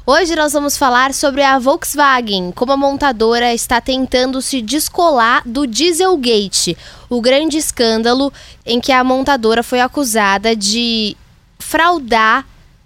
Hoje nós vamos falar sobre a Volkswagen, como a montadora está tentando se descolar do Dieselgate, o grande escândalo em que a montadora foi acusada de fraudar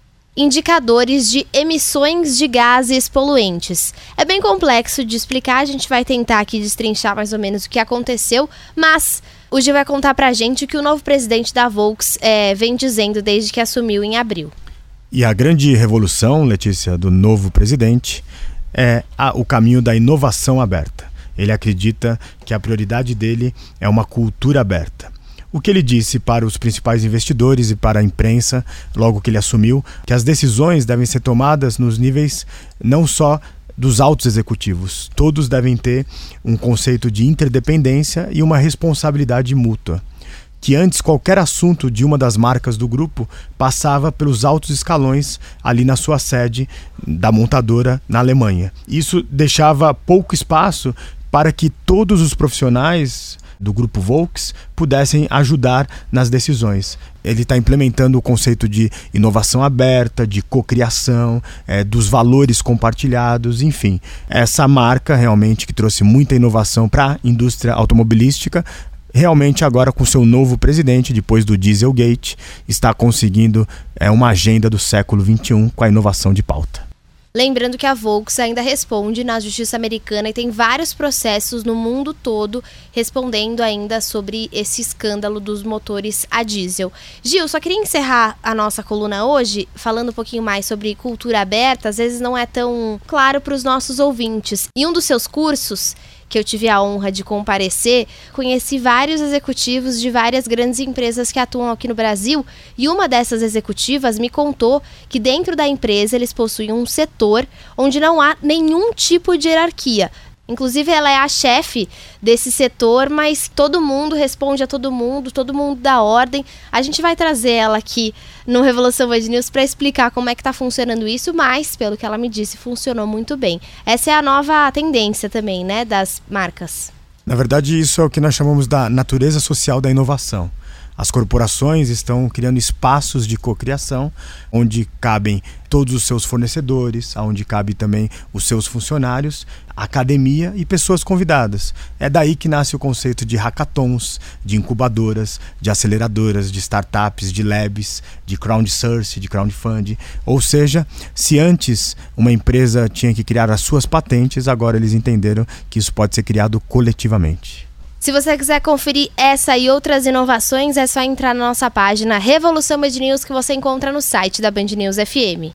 indicadores de emissões de gases poluentes. É bem complexo de explicar, a gente vai tentar aqui destrinchar mais ou menos o que aconteceu, mas o Gil vai contar pra gente o que o novo presidente da Volks vem dizendo desde que assumiu em abril. E a grande revolução, Letícia, do novo presidente é o caminho da inovação aberta. Ele acredita que a prioridade dele é uma cultura aberta. O que ele disse para os principais investidores e para a imprensa, logo que ele assumiu, que as decisões devem ser tomadas nos níveis não só dos altos executivos. Todos devem ter um conceito de interdependência e uma responsabilidade mútua. Que antes qualquer assunto de uma das marcas do grupo passava pelos altos escalões ali na sua sede da montadora na Alemanha. Isso deixava pouco espaço para que todos os profissionais do grupo Volks pudessem ajudar nas decisões. Ele está implementando o conceito de inovação aberta, de cocriação, dos valores compartilhados, enfim. Essa marca realmente que trouxe muita inovação para a indústria automobilística, realmente agora com seu novo presidente, depois do Dieselgate, está conseguindo uma agenda do século XXI com a inovação de pauta. Lembrando que a Volks ainda responde na justiça americana e tem vários processos no mundo todo respondendo ainda sobre esse escândalo dos motores a diesel. Gil, só queria encerrar a nossa coluna hoje falando um pouquinho mais sobre cultura aberta. Às vezes não é tão claro para os nossos ouvintes. Em um dos seus cursos, que eu tive a honra de comparecer, conheci vários executivos de várias grandes empresas que atuam aqui no Brasil, e uma dessas executivas me contou que dentro da empresa eles possuem um setor onde não há nenhum tipo de hierarquia. Inclusive ela é a chefe desse setor, mas todo mundo responde a todo mundo dá ordem. A gente vai trazer ela aqui no Revolução Band News para explicar como é que está funcionando isso, mas pelo que ela me disse, funcionou muito bem. Essa é a nova tendência também, né, das marcas. Na verdade, isso é o que nós chamamos da natureza social da inovação. As corporações estão criando espaços de cocriação, onde cabem todos os seus fornecedores, onde cabe também os seus funcionários, academia e pessoas convidadas. É daí que nasce o conceito de hackathons, de incubadoras, de aceleradoras, de startups, de labs, de crowdsourcing, de crowdfunding. Ou seja, se antes uma empresa tinha que criar as suas patentes, agora eles entenderam que isso pode ser criado coletivamente. Se você quiser conferir essa e outras inovações, é só entrar na nossa página Revolução Band News, que você encontra no site da Band News FM.